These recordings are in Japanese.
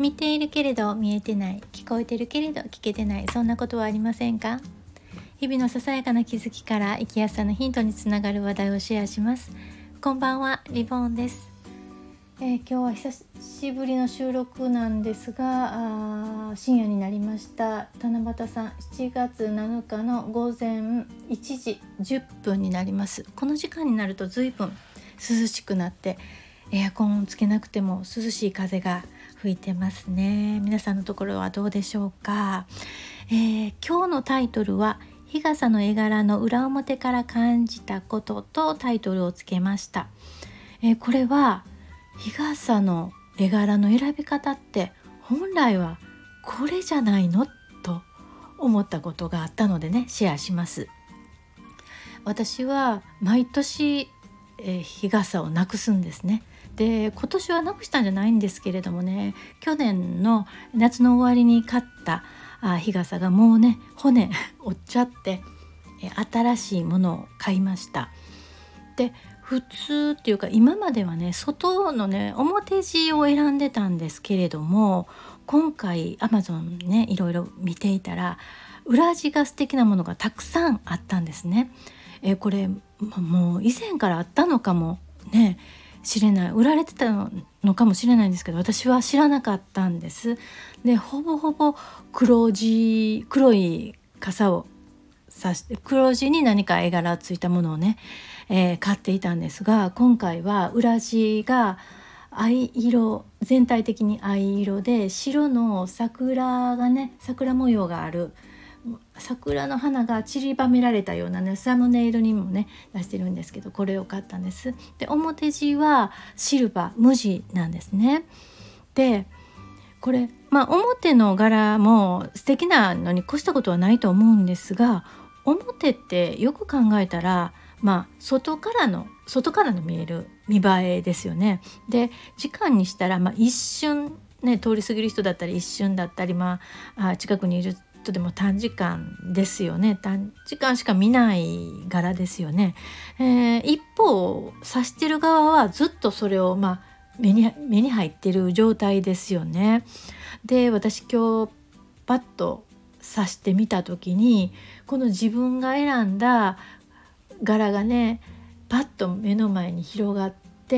見ているけれど見えてない、聞こえてるけれど聞けてない、そんなことはありませんか？日々のささやかな気づきから生きやすさのヒントにつながる話題をシェアします。こんばんは、リボーンです。今日は久しぶりの収録なんですが、深夜になりました。七夕さん、7月7日の午前1時10分になります。この時間になると随分涼しくなって、エアコンをつけなくても涼しい風が吹いてますね。皆さんのところはどうでしょうか？今日のタイトルは日傘の絵柄の裏表から感じたこととタイトルをつけました。これは日傘の絵柄の選び方って本来はこれじゃないのと思ったことがあったのでね、シェアします。私は毎年、日傘をなくすんですね。で、今年はなくしたんじゃないんですけれどもね、去年の夏の終わりに買った日傘がもうね骨折っちゃって、新しいものを買いました。で、普通っていうか今まではね外のね表地を選んでたんですけれども、今回 Amazon ねいろいろ見ていたら裏地が素敵なものがたくさんあったんですね。これもう以前からあったのかもね知れない、売られてたのかもしれないんですけど、私は知らなかったんです。で、ほぼほぼ黒い傘をさして、黒地に何か絵柄ついたものをね、買っていたんですが、今回は裏地が藍色、全体的に藍色で白の桜模様がある、桜の花が散りばめられたようなねサムネイルにもね出してるんですけど、これを買ったんです。で、表地はシルバー無地なんですね。で、これ表の柄も素敵なのに越したことはないと思うんですが、表ってよく考えたら外からの見える見栄えですよね。で、時間にしたら一瞬ね、通り過ぎる人だったり一瞬だったり、近くにいる人でも短時間ですよね。短時間しか見ない柄ですよね。一方指してる側はずっとそれを目に入ってる状態ですよね。で、私今日パッと指してみた時に、この自分が選んだ柄がねパッと目の前に広がって、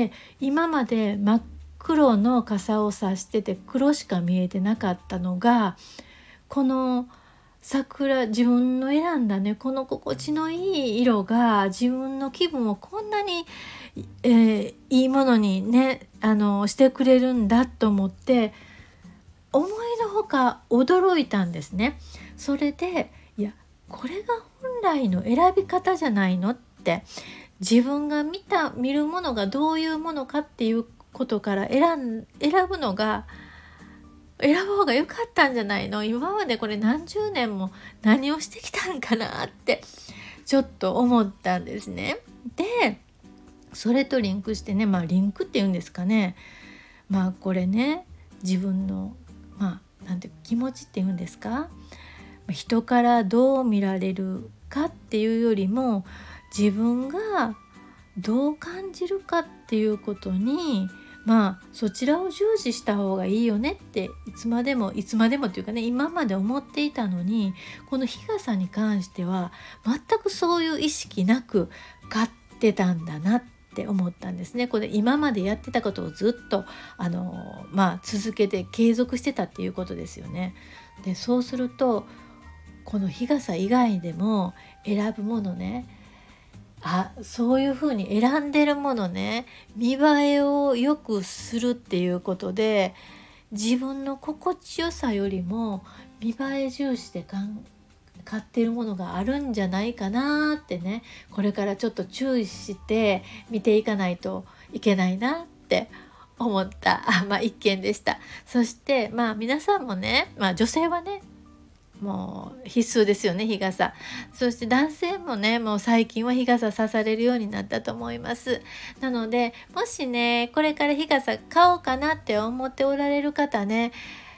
今まで真っ黒の傘を差してて黒しか見えてなかったのが、この自分の選んだねこの心地のいい色が自分の気分をこんなに、いいものにねしてくれるんだと思って、思いのほか驚いたんですね。それで、これが本来の選び方じゃないのって、自分が見るものがどういうものかっていうことから選ぶ方が良かったんじゃないの、今までこれ何十年も何をしてきたんかなってちょっと思ったんですね。で、それとリンクしてね、リンクっていうんですかね、これね自分のなんて気持ちっていうんですか、人からどう見られるかっていうよりも自分がどう感じるかっていうことにそちらを重視した方がいいよねっていつまでもっていうかね、今まで思っていたのに、この日傘に関しては全くそういう意識なく買ってたんだなって思ったんですね。これ今までやってたことをずっと続けて継続してたっていうことですよね。で、そうするとこの日傘以外でも選ぶものね、そういう風に選んでるものね、見栄えを良くするっていうことで、自分の心地よさよりも見栄え重視で買ってるものがあるんじゃないかなってね、これからちょっと注意して見ていかないといけないなって思った一見でした。そして皆さんもね、女性はねもう必須ですよね、日傘。そして男性もねもう最近は日傘さされるようになったと思います。なので、もしねこれから日傘買おうかなって思っておられる方ね、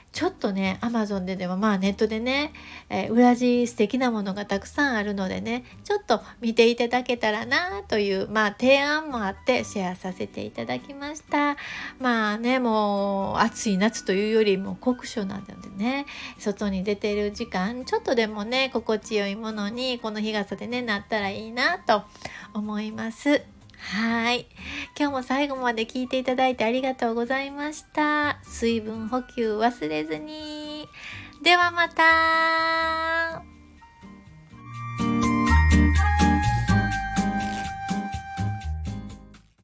ちょっとね Amazon でもネットでね、裏地素敵なものがたくさんあるのでね、ちょっと見ていただけたらなという、提案もあってシェアさせていただきました。もう暑い夏というよりも酷暑なのでね、外に出てる時間ちょっとでもね心地よいものにこの日傘でねなったらいいなと思います。はい。今日も最後まで聞いていただいてありがとうございました。水分補給忘れずに。ではまた。